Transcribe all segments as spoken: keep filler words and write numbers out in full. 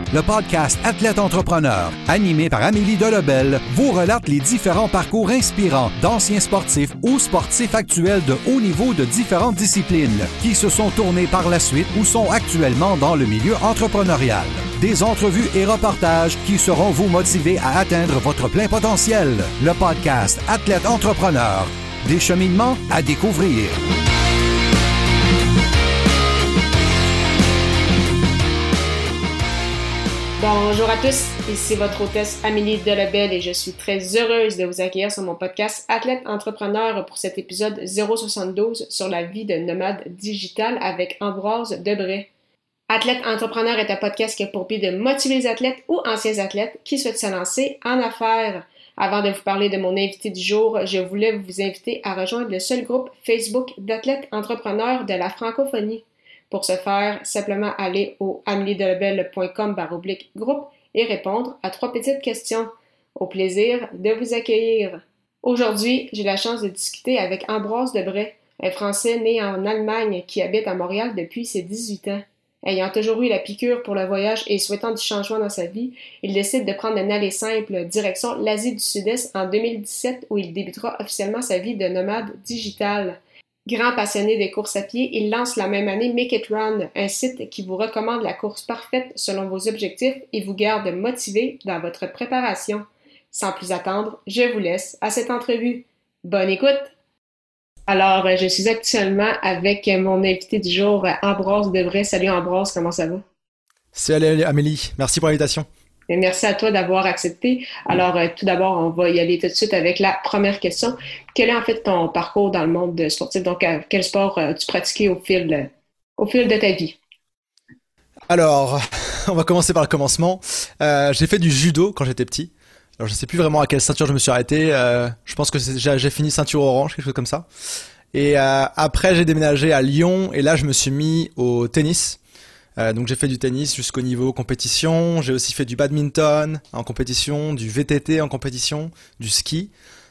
Le podcast Athlète Entrepreneur, animé par Amélie Delebel, vous relate les différents parcours inspirants d'anciens sportifs ou sportifs actuels de haut niveau de différentes disciplines qui se sont tournés par la suite ou sont actuellement dans le milieu entrepreneurial. Des entrevues et reportages qui sauront vous motiver à atteindre votre plein potentiel. Le podcast Athlète Entrepreneur, des cheminements à découvrir. Bonjour à tous, ici votre hôtesse Amélie Delebel et je suis très heureuse de vous accueillir sur mon podcast Athlète Entrepreneur pour cet épisode zéro soixante-douze sur la vie de nomade digital avec Ambroise Debray. Athlète Entrepreneur est un podcast qui a pour but de motiver les athlètes ou anciens athlètes qui souhaitent se lancer en affaires. Avant de vous parler de mon invité du jour, je voulais vous inviter à rejoindre le seul groupe Facebook d'athlètes entrepreneurs de la francophonie. Pour ce faire, simplement aller au ameliedelebel point com barre oblique groupe et répondre à trois petites questions. Au plaisir de vous accueillir. Aujourd'hui, j'ai la chance de discuter avec Ambroise Debray, un Français né en Allemagne qui habite à Montréal depuis ses dix-huit ans. Ayant toujours eu la piqûre pour le voyage et souhaitant du changement dans sa vie, il décide de prendre un aller simple direction l'Asie du Sud-Est en deux mille dix-sept où il débutera officiellement sa vie de nomade digital. Grand passionné des courses à pied, il lance la même année Make It Run, un site qui vous recommande la course parfaite selon vos objectifs et vous garde motivé dans votre préparation. Sans plus attendre, je vous laisse à cette entrevue. Bonne écoute! Alors, je suis actuellement avec mon invité du jour, Ambroise Debray. Salut Ambroise, comment ça va? Salut Amélie, merci pour l'invitation. Et merci à toi d'avoir accepté. Alors, euh, tout d'abord, on va y aller tout de suite avec la première question. Quel est en fait ton parcours dans le monde sportif? Donc, euh, quel sport euh, tu pratiquais au fil, euh, au fil de ta vie? Alors, on va commencer par le commencement. Euh, j'ai fait du judo quand j'étais petit. Alors, je sais plus vraiment à quelle ceinture je me suis arrêté. Euh, je pense que c'est, j'ai, j'ai fini ceinture orange, quelque chose comme ça. Et euh, après, j'ai déménagé à Lyon et là, je me suis mis au tennis. Euh, donc j'ai fait du tennis jusqu'au niveau compétition, j'ai aussi fait du badminton en compétition, du V T T en compétition, du ski.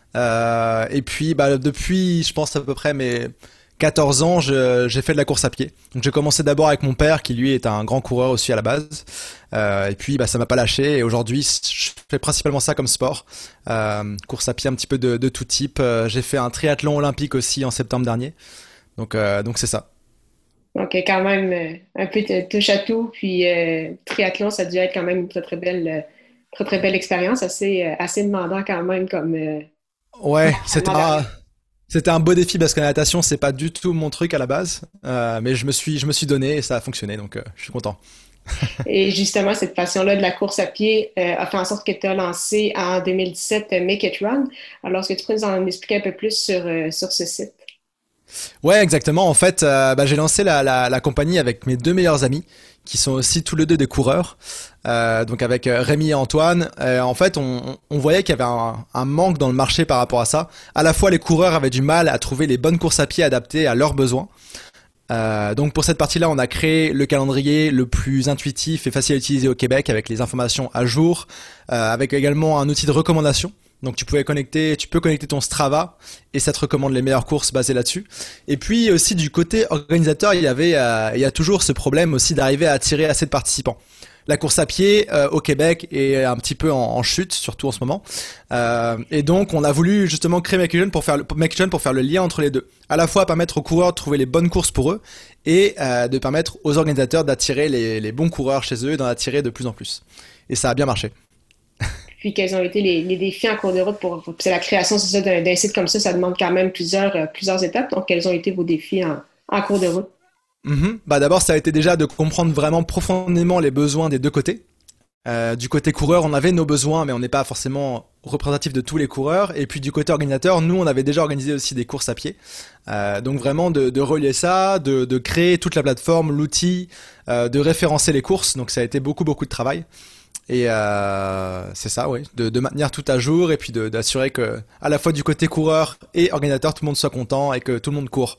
Euh, et puis bah, depuis, je pense à peu près mes quatorze ans, je, j'ai fait de la course à pied. Donc j'ai commencé d'abord avec mon père qui lui est un grand coureur aussi à la base. Euh, et puis bah, ça m'a pas lâché et aujourd'hui je fais principalement ça comme sport. Euh, course à pied un petit peu de, de tout type. Euh, j'ai fait un triathlon olympique aussi en septembre dernier. Donc, euh, donc c'est ça. Donc, quand même, euh, un peu de touche à tout. Puis, euh, triathlon, ça a dû être quand même une très, très belle, euh, très, très belle expérience. Assez, euh, assez demandant quand même comme... Euh, ouais, c'était un, c'était un beau défi parce que la natation, c'est pas du tout mon truc à la base. Euh, mais je me suis, je me suis donné et ça a fonctionné. Donc, euh, je suis content. Et justement, cette passion-là de la course à pied euh, a fait en sorte que tu as lancé en deux mille dix-sept Make It Run. Alors, est-ce que tu peux nous en expliquer un peu plus sur, euh, sur ce site? Ouais, exactement. En fait, euh, bah, j'ai lancé la, la, la compagnie avec mes deux meilleurs amis, qui sont aussi tous les deux des coureurs. Euh, donc avec euh, Rémi et Antoine. Euh, en fait, on, on voyait qu'il y avait un, un manque dans le marché par rapport à ça. À la fois, les coureurs avaient du mal à trouver les bonnes courses à pied adaptées à leurs besoins. Euh, donc pour cette partie-là, on a créé le calendrier le plus intuitif et facile à utiliser au Québec avec les informations à jour, euh, avec également un outil de recommandation. Donc tu pouvais connecter, tu peux connecter ton Strava et ça te recommande les meilleures courses basées là-dessus. Et puis aussi du côté organisateur, il y avait, euh, il y a toujours ce problème aussi d'arriver à attirer assez de participants. La course à pied euh, au Québec est un petit peu en, en chute, surtout en ce moment. Euh, et donc on a voulu justement créer Make It Run pour faire le, Make It Run pour faire le lien entre les deux. À la fois permettre aux coureurs de trouver les bonnes courses pour eux et euh, de permettre aux organisateurs d'attirer les, les bons coureurs chez eux et d'en attirer de plus en plus. Et ça a bien marché. Puis quels ont été les, les défis en cours de route pour, pour c'est la création c'est ça, d'un, d'un site comme ça, ça demande quand même plusieurs, euh, plusieurs étapes. Donc, quels ont été vos défis en, en cours de route? Mm-hmm. Bah d'abord, ça a été déjà de comprendre vraiment profondément les besoins des deux côtés. Euh, du côté coureur, on avait nos besoins, mais on n'est pas forcément représentatif de tous les coureurs. Et puis du côté organisateur, nous, on avait déjà organisé aussi des courses à pied. Euh, donc vraiment de, de relier ça, de, de créer toute la plateforme, l'outil, euh, de référencer les courses. Donc ça a été beaucoup, beaucoup de travail. Et euh, c'est ça, oui, de, de maintenir tout à jour et puis de, d'assurer que, à la fois du côté coureur et organisateur, tout le monde soit content et que tout le monde court.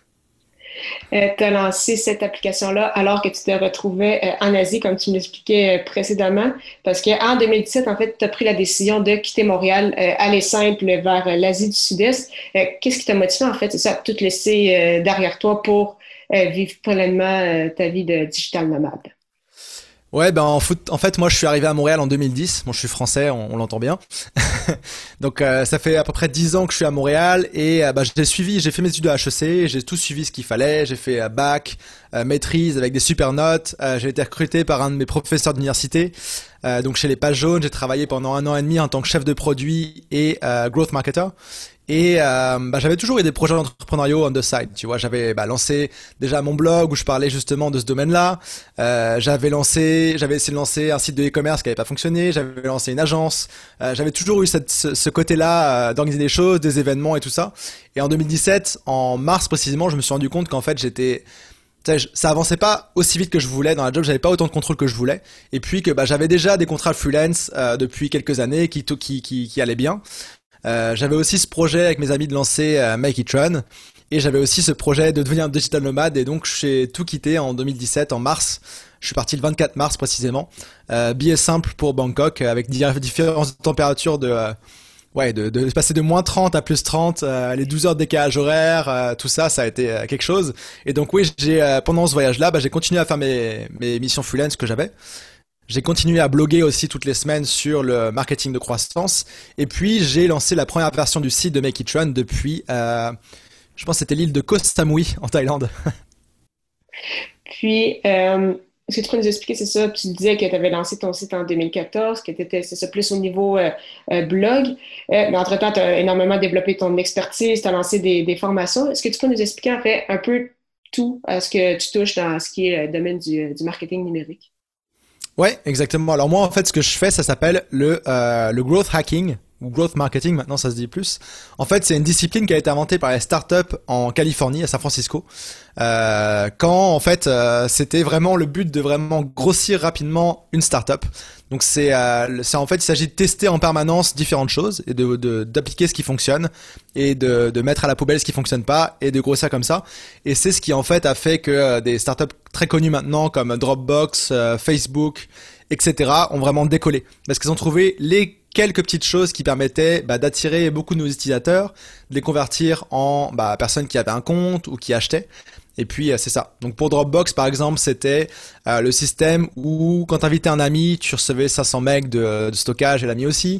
Euh, tu as lancé cette application-là alors que tu te retrouvais euh, en Asie, comme tu m'expliquais euh, précédemment, parce qu'en deux mille dix-sept, en fait, tu as pris la décision de quitter Montréal, euh, aller simple vers euh, l'Asie du Sud-Est. Euh, qu'est-ce qui t'a motivé, en fait, c'est ça, tout laisser euh, derrière toi pour euh, vivre pleinement euh, ta vie de digital nomade? Ouais, ben en foot, en fait, moi, je suis arrivé à Montréal en deux mille dix. Bon, je suis français, on, on l'entend bien. Donc, euh, ça fait à peu près dix ans que je suis à Montréal et euh, bah, j'ai suivi, j'ai fait mes études à H E C, j'ai tout suivi ce qu'il fallait. J'ai fait euh, bac, euh, maîtrise avec des super notes. Euh, j'ai été recruté par un de mes professeurs d'université. Euh, donc, chez les Pages Jaunes, j'ai travaillé pendant un an et demi en tant que chef de produit et euh, growth marketer. Et euh, bah, j'avais toujours eu des projets d'entrepreneuriat on the side, tu vois. J'avais bah, lancé déjà mon blog où je parlais justement de ce domaine-là. Euh, j'avais lancé, j'avais essayé de lancer un site de e-commerce qui n'avait pas fonctionné. J'avais lancé une agence. Euh, j'avais toujours eu cette, ce, ce côté-là euh, d'organiser des choses, des événements et tout ça. Et en deux mille dix-sept, en mars précisément, je me suis rendu compte qu'en fait j'étais ça avançait pas aussi vite que je voulais dans la job, j'avais pas autant de contrôle que je voulais, et puis que bah, j'avais déjà des contrats freelance euh, depuis quelques années qui, qui, qui, qui allaient bien. Euh, j'avais aussi ce projet avec mes amis de lancer euh, Make It Run, et j'avais aussi ce projet de devenir un digital nomade, et donc j'ai tout quitté en deux mille dix-sept, en mars. Je suis parti le vingt-quatre mars précisément. Euh, billet simple pour Bangkok avec différentes températures de... Euh, Ouais, de, de passer de moins trente à plus trente, euh, les douze heures de décalage horaire, euh, tout ça, ça a été euh, quelque chose. Et donc oui, j'ai euh, pendant ce voyage-là, bah, j'ai continué à faire mes, mes missions freelance que j'avais. J'ai continué à bloguer aussi toutes les semaines sur le marketing de croissance. Et puis j'ai lancé la première version du site de Make It Run depuis, euh, je pense que c'était l'île de Koh Samui en Thaïlande. Puis, euh, est-ce que tu peux nous expliquer, c'est ça, tu disais que tu avais lancé ton site en deux mille quatorze, que tu étais, c'est ça, plus au niveau euh, euh, blog, euh, mais entre-temps, tu as énormément développé ton expertise, tu as lancé des, des formations. Est-ce que tu peux nous expliquer, en fait, un peu tout à ce que tu touches dans ce qui est le domaine du, du marketing numérique? Ouais, exactement. Alors moi, en fait, ce que je fais, ça s'appelle le, euh, le growth hacking, ou growth marketing, maintenant ça se dit plus. En fait, c'est une discipline qui a été inventée par les startups en Californie, à San Francisco, euh, quand en fait euh, c'était vraiment le but de vraiment grossir rapidement une startup. Donc c'est, euh, c'est en fait il s'agit de tester en permanence différentes choses et de, de d'appliquer ce qui fonctionne et de, de mettre à la poubelle ce qui fonctionne pas et de grossir comme ça. Et c'est ce qui en fait a fait que euh, des startups très connues maintenant comme Dropbox, euh, Facebook, et cetera ont vraiment décollé parce qu'ils ont trouvé les quelques petites choses qui permettaient bah, d'attirer beaucoup de nos utilisateurs, de les convertir en bah, personnes qui avaient un compte ou qui achetaient. Et puis euh, c'est ça. Donc pour Dropbox par exemple, c'était euh, le système où quand tu invitais un ami, tu recevais cinq cents mégas de, de stockage et l'ami aussi.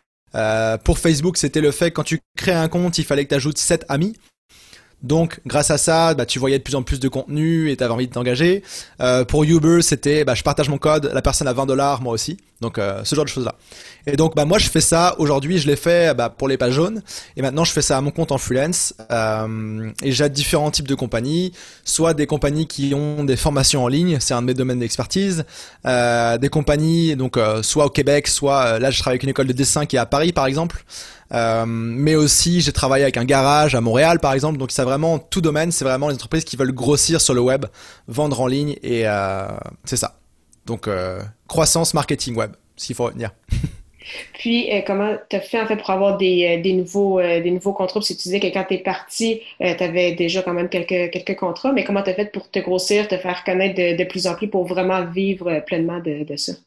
Euh, pour Facebook, c'était le fait que quand tu crées un compte, il fallait que tu ajoutes sept amis. Donc, grâce à ça, bah, tu voyais de plus en plus de contenu et tu avais envie de t'engager. Euh, pour Uber, c'était, bah, je partage mon code, la personne a vingt dollars, moi aussi. Donc, euh, ce genre de choses-là. Et donc, bah, moi, je fais ça. Aujourd'hui, je l'ai fait, bah, pour les pages jaunes. Et maintenant, je fais ça à mon compte en freelance. Euh, et j'ai différents types de compagnies. Soit des compagnies qui ont des formations en ligne. C'est un de mes domaines d'expertise. Euh, des compagnies, donc, euh, soit au Québec, soit, euh, là, je travaille avec une école de dessin qui est à Paris, par exemple. Euh, mais aussi j'ai travaillé avec un garage à Montréal par exemple, donc c'est vraiment tout domaine, c'est vraiment les entreprises qui veulent grossir sur le web, vendre en ligne et euh, c'est ça. Donc euh, croissance marketing web, s'il faut retenir. Puis euh, comment tu as fait en fait pour avoir des, euh, des nouveaux euh, des nouveaux contrats? Parce que tu disais que quand tu es parti, euh, tu avais déjà quand même quelques quelques contrats, mais comment tu as fait pour te grossir, te faire connaître de, de plus en plus pour vraiment vivre euh, pleinement de, de ça?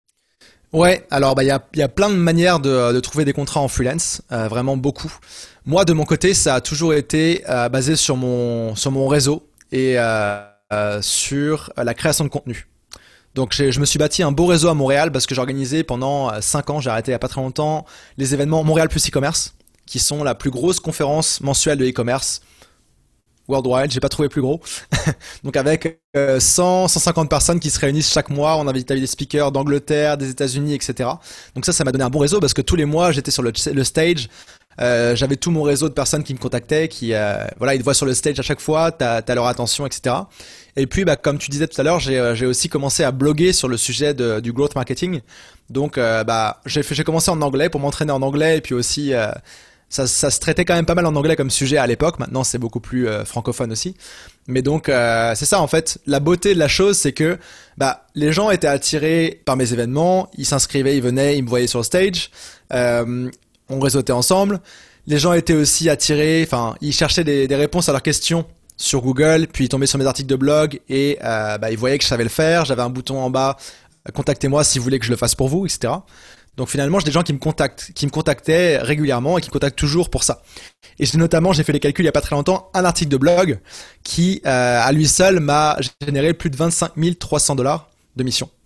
Ouais, alors bah il y a il y a plein de manières de de trouver des contrats en freelance, euh, vraiment beaucoup. Moi de mon côté, ça a toujours été euh, basé sur mon sur mon réseau et euh, euh, sur la création de contenu. Donc j'ai, je me suis bâti un beau réseau à Montréal parce que j'ai organisé pendant cinq ans, j'ai arrêté il y a pas très longtemps, les événements Montréal plus e-commerce, qui sont la plus grosse conférence mensuelle de e-commerce worldwide, j'ai pas trouvé plus gros. Donc avec euh, cent, cent cinquante personnes qui se réunissent chaque mois, on invite des speakers d'Angleterre, des États-Unis, et cetera. Donc ça, ça m'a donné un bon réseau parce que tous les mois, j'étais sur le, le stage. Euh, j'avais tout mon réseau de personnes qui me contactaient, qui euh, voilà, ils te voient sur le stage à chaque fois, t'as, t'as leur attention, et cetera. Et puis, bah, comme tu disais tout à l'heure, j'ai, j'ai aussi commencé à bloguer sur le sujet de, du growth marketing. Donc, euh, bah, j'ai, fait, j'ai commencé en anglais pour m'entraîner en anglais et puis aussi euh, Ça, ça se traitait quand même pas mal en anglais comme sujet à l'époque. Maintenant, c'est beaucoup plus euh, francophone aussi. Mais donc, euh, c'est ça en fait. La beauté de la chose, c'est que bah les gens étaient attirés par mes événements. Ils s'inscrivaient, ils venaient, ils me voyaient sur le stage. Euh, on réseautait ensemble. Les gens étaient aussi attirés. Enfin, ils cherchaient des, des réponses à leurs questions sur Google. Puis ils tombaient sur mes articles de blog et euh, bah ils voyaient que je savais le faire. J'avais un bouton en bas. Contactez-moi si vous voulez que je le fasse pour vous, et cetera. Donc finalement, j'ai des gens qui me contactent, qui me contactaient régulièrement et qui me contactent toujours pour ça. Et j'ai notamment, j'ai fait les calculs il y a pas très longtemps, un article de blog qui, euh, à lui seul, m'a généré plus de vingt-cinq mille trois cents dollars de mission.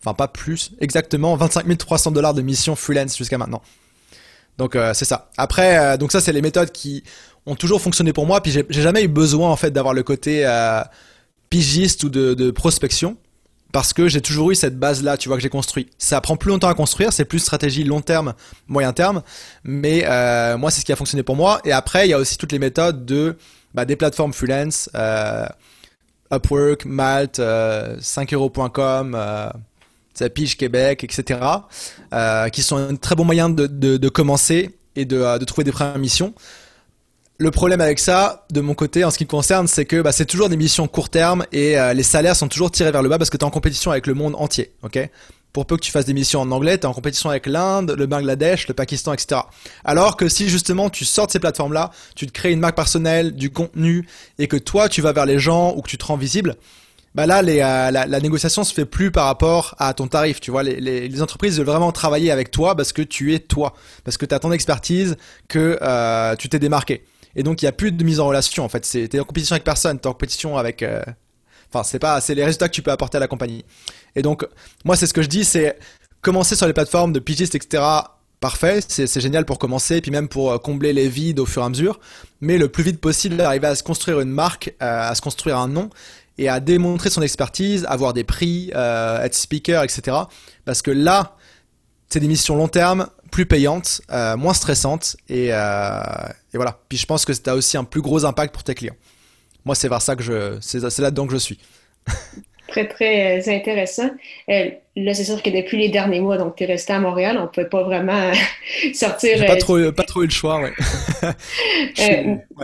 enfin pas plus, exactement vingt-cinq mille trois cents dollars de missions freelance jusqu'à maintenant. Donc euh, c'est ça. Après, euh, donc ça c'est les méthodes qui ont toujours fonctionné pour moi. Puis j'ai, j'ai jamais eu besoin en fait d'avoir le côté euh, pigiste ou de, de prospection parce que j'ai toujours eu cette base là, tu vois, que j'ai construit. Ça prend plus longtemps à construire, c'est plus stratégie long terme, moyen terme. Mais euh, moi c'est ce qui a fonctionné pour moi. Et après il y a aussi toutes les méthodes de bah, des plateformes freelance, euh, Upwork, Malt, euh, cinq euros point com. Euh, Pige Québec, et cetera, euh, qui sont un très bon moyen de, de, de commencer et de, de trouver des premières missions. Le problème avec ça, de mon côté, en ce qui me concerne, c'est que bah, c'est toujours des missions court terme et euh, les salaires sont toujours tirés vers le bas parce que tu es en compétition avec le monde entier. Okay, pour peu que tu fasses des missions en anglais, tu es en compétition avec l'Inde, le Bangladesh, le Pakistan, et cetera. Alors que si justement tu sors de ces plateformes-là, tu te crées une marque personnelle, du contenu et que toi tu vas vers les gens ou que tu te rends visible, bah là, les, euh, la, la négociation se fait plus par rapport à ton tarif. Tu vois, les, les, les entreprises veulent vraiment travailler avec toi parce que tu es toi, parce que tu as ton expertise, que euh, tu t'es démarqué. Et donc, il y a plus de mise en relation. En fait, c'est t'es en compétition avec personne, t'es en compétition avec. Euh... Enfin, c'est pas, c'est les résultats que tu peux apporter à la compagnie. Et donc, moi, c'est ce que je dis, c'est commencer sur les plateformes de pigistes, et cetera. Parfait, c'est, c'est génial pour commencer, et puis même pour combler les vides au fur et à mesure. Mais le plus vite possible, arriver à se construire une marque, euh, à se construire un nom. Et à démontrer son expertise, avoir des prix, euh, être speaker, et cetera. Parce que là, c'est des missions long terme, plus payantes, euh, moins stressantes, et, euh, et voilà. Puis je pense que ça a aussi un plus gros impact pour tes clients. Moi, c'est vers ça que je, c'est, c'est là-dedans que je suis. Très, très euh, intéressant. Euh, là, c'est sûr que depuis les derniers mois, donc tu es resté à Montréal, on ne pouvait pas vraiment sortir. J'ai pas euh, trop, pas trop eu le choix, ouais. Je suis, euh, ouais.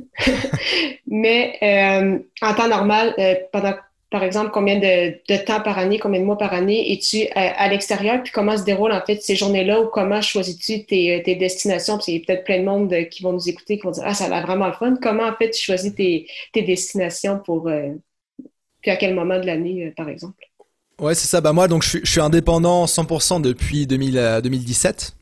Mais euh, en temps normal, euh, pendant, par exemple, combien de, de temps par année, combien de mois par année es-tu à, à l'extérieur? Puis comment se déroulent en fait ces journées-là ou comment choisis-tu tes, tes destinations? Puis il y a peut-être plein de monde qui vont nous écouter qui vont dire « Ah, ça a l'air vraiment le fun. » Comment en fait tu choisis tes, tes destinations pour... Euh, puis à quel moment de l'année, euh, par exemple? Ouais, c'est ça. Bah moi, donc je suis, je suis indépendant cent pour cent depuis deux mille, euh, deux mille dix-sept.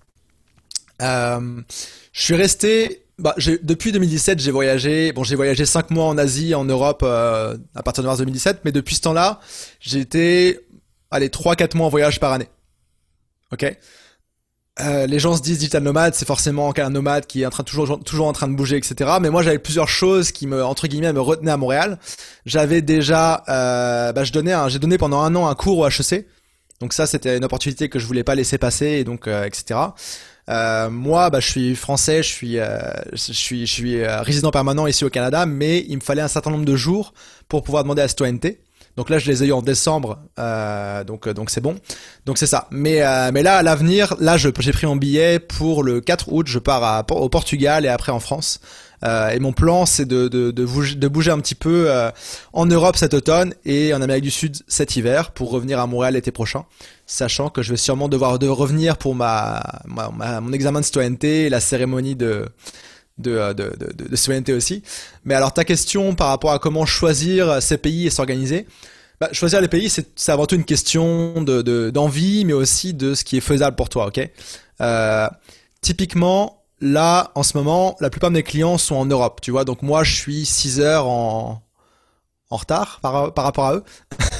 Euh, je suis resté... Bah, j'ai, depuis deux mille dix-sept, j'ai voyagé. Bon, j'ai voyagé cinq mois en Asie, en Europe, euh, à partir de mars deux mille dix-sept. Mais depuis ce temps-là, j'ai été, allez, trois quatre mois en voyage par année. Ok. Euh, les gens se disent digital nomade, c'est forcément un nomade qui est en train, toujours, toujours en train de bouger, et cetera. Mais moi, j'avais plusieurs choses qui me, entre guillemets, me retenaient à Montréal. J'avais déjà, euh, bah, je donnais, un, j'ai donné pendant un an un cours au H E C. Donc ça, c'était une opportunité que je voulais pas laisser passer, et donc, euh, et cetera. Euh, moi, bah, je suis français, je suis, euh, je suis, je suis euh, résident permanent ici au Canada, mais il me fallait un certain nombre de jours pour pouvoir demander la citoyenneté. Donc là, je les ai eu en décembre, euh, donc donc c'est bon. Donc c'est ça. Mais euh, mais là, à l'avenir, là, je, j'ai pris mon billet pour le quatre août. Je pars à, au Portugal et après en France. Euh, et mon plan, c'est de de de bouger, de bouger un petit peu euh, en Europe cet automne et en Amérique du Sud cet hiver pour revenir à Montréal l'été prochain, sachant que je vais sûrement devoir de revenir pour ma, ma, ma mon examen de citoyenneté et la cérémonie de de de de, de citoyenneté aussi. Mais alors ta question par rapport à comment choisir ces pays et s'organiser, bah, choisir les pays, c'est, c'est avant tout une question de, de d'envie, mais aussi de ce qui est faisable pour toi, ok. Euh, typiquement. Là, en ce moment, la plupart de mes clients sont en Europe, tu vois. Donc moi, je suis six heures en, en retard par, par rapport à eux.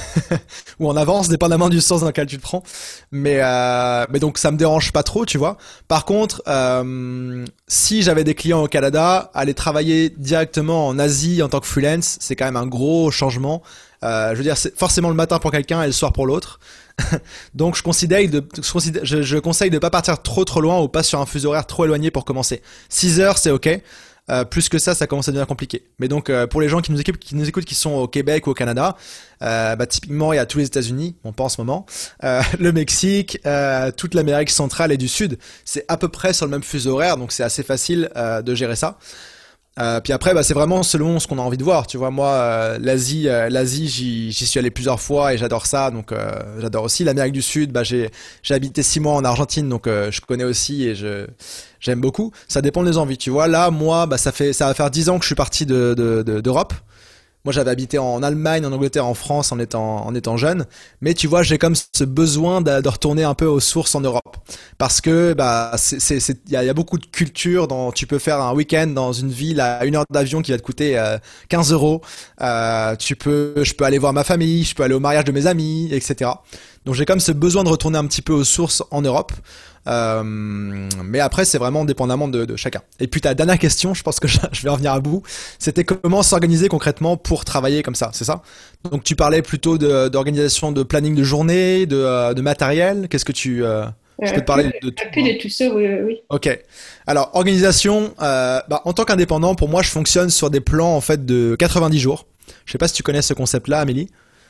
Ou en avance, dépendamment du sens dans lequel tu te prends. Mais, euh, mais donc, ça me dérange pas trop, tu vois. Par contre, euh, si j'avais des clients au Canada, aller travailler directement en Asie en tant que freelance, c'est quand même un gros changement. Euh, je veux dire, c'est forcément le matin pour quelqu'un et le soir pour l'autre. Donc je conseille de je, considère, je, je conseille de pas partir trop trop loin ou pas sur un fuseau horaire trop éloigné pour commencer. six heures c'est ok. Euh, plus que ça, ça commence à devenir compliqué. Mais donc euh, pour les gens qui nous écoutent, qui nous écoutent, qui sont au Québec ou au Canada, euh, bah typiquement il y a tous les États-Unis, bon pas en ce moment, euh, le Mexique, euh, toute l'Amérique centrale et du Sud, c'est à peu près sur le même fuseau horaire, donc c'est assez facile euh, de gérer ça. Euh, puis après, bah, c'est vraiment selon ce qu'on a envie de voir. Tu vois, moi, euh, l'Asie, euh, l'Asie, j'y, j'y suis allé plusieurs fois et j'adore ça. Donc, euh, j'adore aussi l'Amérique du Sud. Bah, j'ai, j'ai habité six mois en Argentine, donc euh, je connais aussi et je, j'aime beaucoup. Ça dépend des envies. Tu vois, là, moi, bah, ça fait, ça va faire dix ans que je suis parti de, de, de d'Europe. Moi, j'avais habité en Allemagne, en Angleterre, en France en étant, en étant jeune. Mais tu vois, j'ai comme ce besoin de, de retourner un peu aux sources en Europe. Parce que, bah, c'est, c'est, c'est, il y a, y a beaucoup de culture dans, tu peux faire un week-end dans une ville à une heure d'avion qui va te coûter euh, quinze euros. Euh, tu peux, je peux aller voir ma famille, je peux aller au mariage de mes amis, et cetera. Donc j'ai comme ce besoin de retourner un petit peu aux sources en Europe. Euh, mais après, c'est vraiment dépendamment de, de chacun. Et puis ta dernière question, je pense que je, je vais revenir à bout, c'était comment s'organiser concrètement pour travailler comme ça, c'est ça? Donc tu parlais plutôt de, d'organisation de planning de journée, de, de matériel. Qu'est-ce que tu... Euh, je peux Un te parler peu, de tout. un peu de tout ça, oui, oui, oui. Ok. Alors organisation, euh, bah, en tant qu'indépendant, pour moi, je fonctionne sur des plans en fait de quatre-vingt-dix jours. Je sais pas si tu connais ce concept-là, Amélie.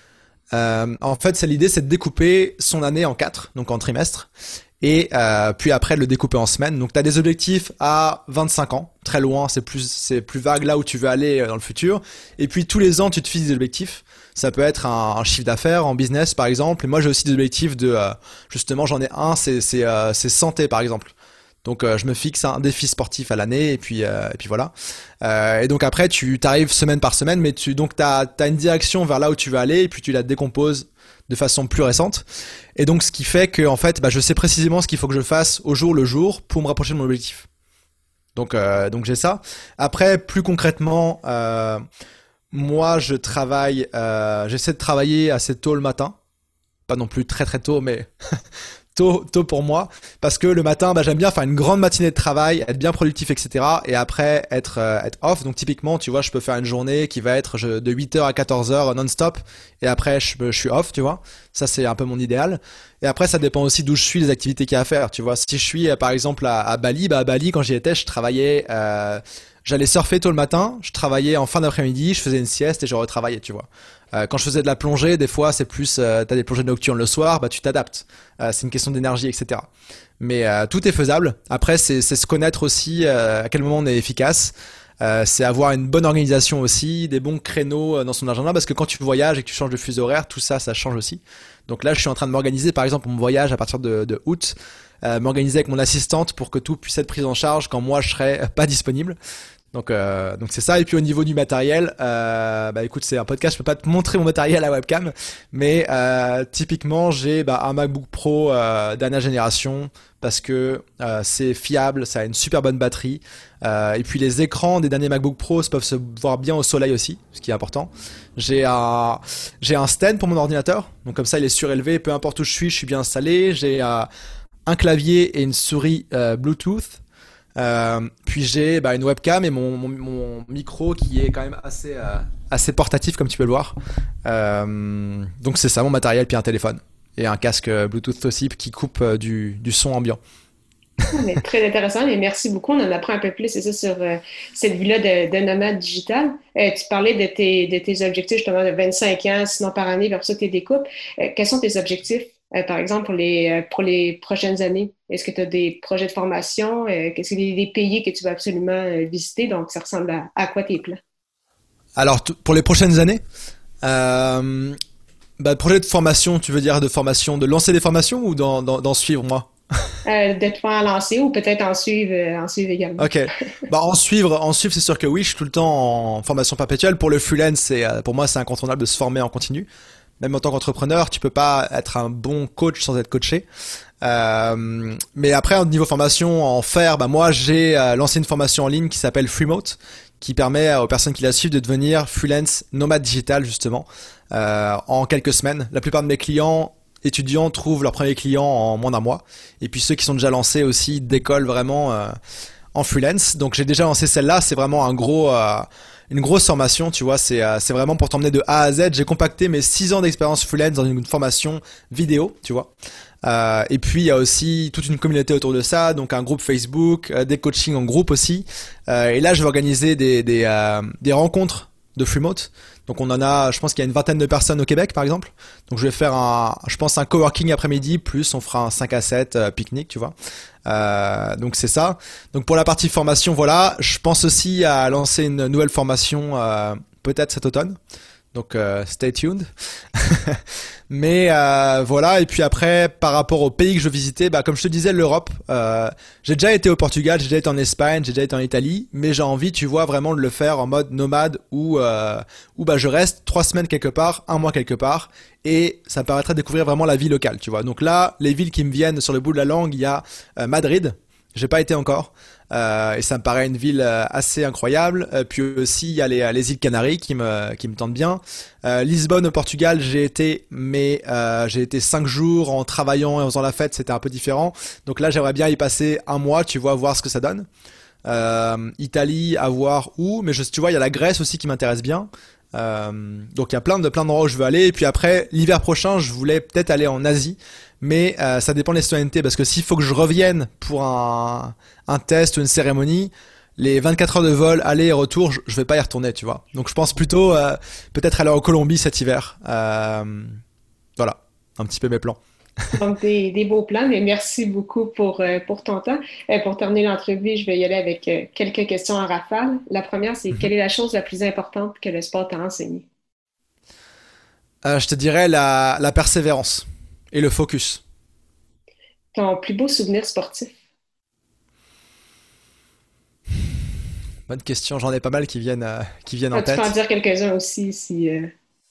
Euh, en fait, c'est l'idée, c'est de découper son année en quatre, donc en trimestres, et euh, puis après de le découper en semaines. Donc, tu as des objectifs à vingt-cinq ans, très loin, c'est plus c'est plus vague là où tu veux aller dans le futur. Et puis tous les ans, tu te fixes des objectifs. Ça peut être un, un chiffre d'affaires en business, par exemple. Et moi, j'ai aussi des objectifs de, euh, justement, j'en ai un, c'est c'est euh, c'est santé, par exemple. Donc euh, je me fixe un défi sportif à l'année et puis euh, et puis voilà. Euh, et donc après tu t'arrives semaine par semaine, mais tu donc t'as t'as une direction vers là où tu veux aller et puis tu la décomposes de façon plus récente. Et donc ce qui fait que en fait, bah, je sais précisément ce qu'il faut que je fasse au jour le jour pour me rapprocher de mon objectif. Donc euh, donc j'ai ça. Après plus concrètement, euh, moi je travaille, euh, j'essaie de travailler assez tôt le matin, pas non plus très très tôt, mais Tôt, tôt pour moi, parce que le matin, bah, j'aime bien faire une grande matinée de travail, être bien productif, et cetera. Et après, être, euh, être off. Donc typiquement, tu vois, je peux faire une journée qui va être je, de huit heures à quatorze heures non-stop. Et après, je, je suis off, tu vois. Ça, c'est un peu mon idéal. Et après, ça dépend aussi d'où je suis, les activités qu'il y a à faire. Tu vois, si je suis, par exemple, à, à Bali, bah, à Bali, quand j'y étais, je travaillais... Euh, J'allais surfer tôt le matin, je travaillais en fin d'après-midi, je faisais une sieste et je retravaillais, tu vois. Euh, quand je faisais de la plongée, des fois c'est plus, euh, t'as des plongées nocturnes le soir, bah tu t'adaptes. Euh, c'est une question d'énergie, et cetera. Mais euh, tout est faisable. Après, c'est, c'est se connaître aussi euh, à quel moment on est efficace. Euh, c'est avoir une bonne organisation aussi, des bons créneaux dans son agenda, parce que quand tu voyages et que tu changes de fuseau horaire, tout ça, ça change aussi. Donc là, je suis en train de m'organiser, par exemple, pour mon voyage à partir de, de août, euh, m'organiser avec mon assistante pour que tout puisse être pris en charge quand moi je serai pas disponible. Donc, euh, donc c'est ça. Et puis au niveau du matériel, euh, bah écoute, c'est un podcast, je peux pas te montrer mon matériel à webcam, mais euh, typiquement j'ai bah, un MacBook Pro euh, dernière génération parce que euh, c'est fiable, ça a une super bonne batterie. Euh, et puis les écrans des derniers MacBook Pro peuvent se voir bien au soleil aussi, ce qui est important. J'ai un j'ai un stand pour mon ordinateur, donc comme ça il est surélevé, peu importe où je suis, je suis bien installé. J'ai euh, un clavier et une souris euh, Bluetooth. Euh, puis j'ai bah, une webcam et mon, mon, mon micro qui est quand même assez, euh, assez portatif comme tu peux le voir. Euh, donc c'est ça mon matériel, puis un téléphone et un casque Bluetooth aussi qui coupe euh, du, du son ambiant. Mais très intéressant et merci beaucoup. On en apprend un peu plus, c'est ça, sur euh, cette vie-là de, de nomade digital. Euh, tu parlais de tes, de tes objectifs justement de vingt-cinq ans, sinon par année, vers ça tu découpes. Euh, quels sont tes objectifs, euh, par exemple, pour les, euh, pour les prochaines années? Est-ce que tu as des projets de formation? Euh, qu'est-ce que des, des pays que tu veux absolument euh, visiter? Donc, ça ressemble à, à quoi tes plans? Alors, t- pour les prochaines années, euh, bah, projet de formation, tu veux dire de formation, de lancer des formations ou d'en, d'en, d'en suivre moi? Euh, de te faire lancer ou peut-être en suivre, euh, en suivre également. Ok. Bah en suivre, en suivre, c'est sûr que oui. Je suis tout le temps en formation perpétuelle. Pour le freelance, c'est euh, pour moi c'est incontournable de se former en continu. Même en tant qu'entrepreneur, tu peux pas être un bon coach sans être coaché. Euh, mais après, au niveau formation, en faire, bah moi j'ai euh, lancé une formation en ligne qui s'appelle Freemote, qui permet aux personnes qui la suivent de devenir freelance nomade digital justement euh, en quelques semaines. La plupart de mes clients étudiants trouvent leurs premiers clients en moins d'un mois. Et puis ceux qui sont déjà lancés aussi décollent vraiment euh, en freelance. Donc j'ai déjà lancé celle-là. C'est vraiment un gros, euh, une grosse formation, tu vois. C'est, euh, c'est vraiment pour t'emmener de A à Z. J'ai compacté mes six ans d'expérience freelance dans une formation vidéo, tu vois. Euh, et puis il y a aussi toute une communauté autour de ça, donc un groupe Facebook, euh, des coachings en groupe aussi. Euh, et là je vais organiser des, des, euh, des rencontres de Freemote. Donc on en a, je pense qu'il y a une vingtaine de personnes au Québec par exemple. Donc je vais faire un, je pense un coworking après-midi, plus on fera un cinq à sept euh, pique-nique, tu vois. Euh, donc c'est ça. Donc pour la partie formation, voilà. Je pense aussi à lancer une nouvelle formation euh, peut-être cet automne. Donc euh, stay tuned. Mais euh, voilà, et puis après par rapport aux pays que je visitais, bah comme je te disais, l'Europe, euh, j'ai déjà été au Portugal, j'ai déjà été en Espagne, j'ai déjà été en Italie, mais j'ai envie, tu vois, vraiment de le faire en mode nomade où euh, où bah je reste trois semaines quelque part, un mois quelque part, et ça me permettrait de découvrir vraiment la vie locale, tu vois. Donc là, les villes qui me viennent sur le bout de la langue, il y a euh, Madrid. J'ai pas été encore. Euh, et ça me paraît une ville euh, assez incroyable. Euh, puis aussi il y a les, les îles Canaries qui me qui me tentent bien. Euh, Lisbonne au Portugal, j'ai été, mais euh, j'ai été cinq jours en travaillant et en faisant la fête, c'était un peu différent. Donc là j'aimerais bien y passer un mois, tu vois, voir ce que ça donne. Euh, Italie, à voir où, mais je, tu vois, il y a la Grèce aussi qui m'intéresse bien. Euh, donc il y a plein de plein d'endroits où je veux aller. Et puis après l'hiver prochain, je voulais peut-être aller en Asie. Mais euh, ça dépend des citoyennetés, parce que s'il faut que je revienne pour un, un test ou une cérémonie, les vingt-quatre heures de vol aller et retour, je, je vais pas y retourner, tu vois. Donc je pense plutôt euh, peut-être aller en Colombie cet hiver. Euh, voilà, un petit peu mes plans. Donc, des, des beaux plans, mais merci beaucoup pour, euh, pour ton temps. Euh, pour terminer l'entrevue, je vais y aller avec euh, quelques questions en rafale. La première, c'est quelle est la chose la plus importante que le sport t'a enseignée? Euh, je te dirais la, la persévérance et le focus. Ton plus beau souvenir sportif? Bonne question, j'en ai pas mal qui viennent, euh, qui viennent en Ah, tu peux en tête. dire quelques-uns aussi si... euh,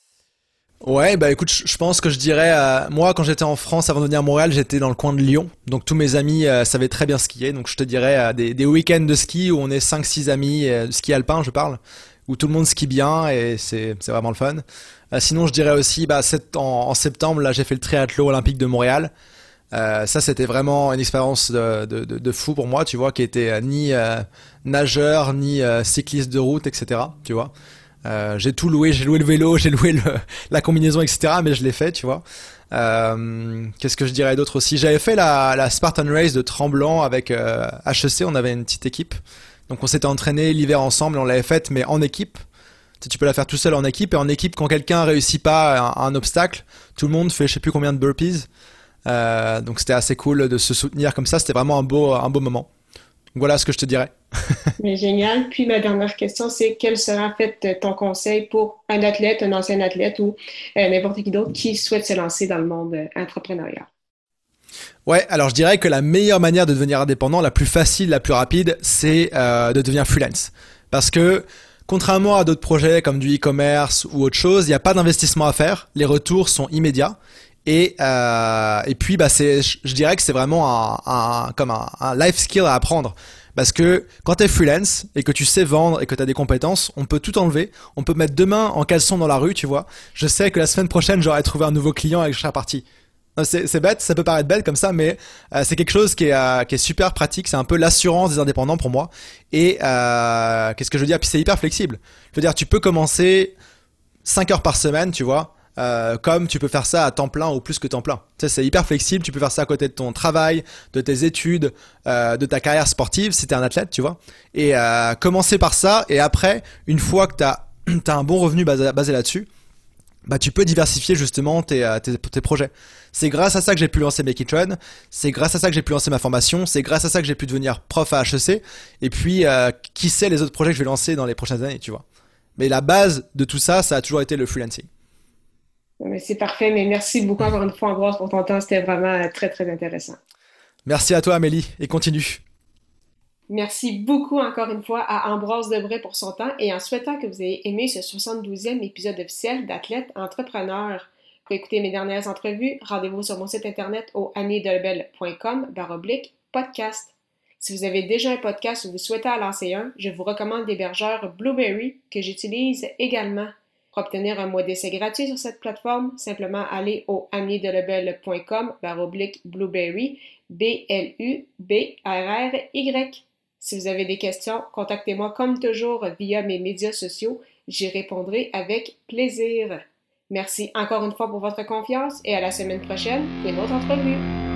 Ouais, bah écoute, je je pense que je dirais, euh, moi quand j'étais en France avant de venir à Montréal, j'étais dans le coin de Lyon, donc tous mes amis euh, savaient très bien skier, donc je te dirais euh, des, des week-ends de ski où on est cinq six amis, euh, de ski alpin je parle, où tout le monde skie bien et c'est c'est vraiment le fun. Euh, sinon je dirais aussi, bah sept- en, en septembre là j'ai fait le triathlon olympique de Montréal. Euh, ça c'était vraiment une expérience de, de, de, de fou pour moi, tu vois, qui était euh, ni euh, nageur ni euh, cycliste de route, et cetera. Tu vois. Euh, j'ai tout loué, j'ai loué le vélo, j'ai loué le, la combinaison, et cetera. Mais je l'ai fait, tu vois. Euh, qu'est-ce que je dirais d'autre aussi? J'avais fait la, la Spartan Race de Tremblant avec euh, H E C, on avait une petite équipe. Donc on s'était entraîné l'hiver ensemble, on l'avait faite, mais en équipe. Tu sais, tu peux la faire tout seul en équipe, et en équipe, quand quelqu'un réussit pas un, un obstacle, tout le monde fait je sais plus combien de burpees. Euh, donc c'était assez cool de se soutenir comme ça, c'était vraiment un beau, un beau moment. Donc voilà ce que je te dirais. Mais génial. Puis ma dernière question, c'est quel sera en fait ton conseil pour un athlète, un ancien athlète ou euh, n'importe qui d'autre qui souhaite se lancer dans le monde euh, entrepreneurial? Ouais, alors je dirais que la meilleure manière de devenir indépendant, la plus facile, la plus rapide, c'est euh, de devenir freelance. Parce que contrairement à d'autres projets comme du e-commerce ou autre chose, il n'y a pas d'investissement à faire, les retours sont immédiats. Et euh, et puis bah c'est, je, je dirais que c'est vraiment un, un comme un, un life skill à apprendre. Parce que quand t'es freelance et que tu sais vendre et que t'as des compétences, on peut tout enlever. On peut mettre demain en caleçon dans la rue, tu vois. Je sais que la semaine prochaine, j'aurai trouvé un nouveau client et que je serai parti. Non, C'est, c'est bête, ça peut paraître bête comme ça, mais euh, c'est quelque chose qui est, euh, qui est super pratique. C'est un peu l'assurance des indépendants pour moi. Et euh, qu'est-ce que je veux dire? Puis c'est hyper flexible. Je veux dire, tu peux commencer cinq heures par semaine, tu vois. Euh, comme tu peux faire ça à temps plein ou plus que temps plein. Tu sais, c'est hyper flexible, tu peux faire ça à côté de ton travail, de tes études, euh, de ta carrière sportive si t'es un athlète, tu vois. Et euh, commencer par ça, et après, une fois que t'as as un bon revenu basé, basé là-dessus, bah tu peux diversifier justement tes, euh, tes, tes projets. C'est grâce à ça que j'ai pu lancer Make It Run, c'est grâce à ça que j'ai pu lancer ma formation, c'est grâce à ça que j'ai pu devenir prof à H E C, et puis euh, qui sait les autres projets que je vais lancer dans les prochaines années, tu vois. Mais la base de tout ça, ça a toujours été le freelancing. Mais c'est parfait, mais merci beaucoup encore une fois, Ambroise, pour ton temps. C'était vraiment euh, très, très intéressant. Merci à toi Amélie, et continue. Merci beaucoup encore une fois à Ambroise Debray pour son temps et en souhaitant que vous ayez aimé ce soixante-douzième épisode officiel d'Athlète Entrepreneur. Pour écouter mes dernières entrevues, rendez-vous sur mon site internet au ameliedelebel.com barre oblique podcast. Si vous avez déjà un podcast ou vous souhaitez en lancer un, je vous recommande l'hébergeur Blueberry que j'utilise également. Pour obtenir un mois d'essai gratuit sur cette plateforme, simplement allez au ameliedelebel.com barre oblique Blueberry, B L U B R R Y. Si vous avez des questions, contactez-moi comme toujours via mes médias sociaux. J'y répondrai avec plaisir. Merci encore une fois pour votre confiance et à la semaine prochaine pour une autre entrevue.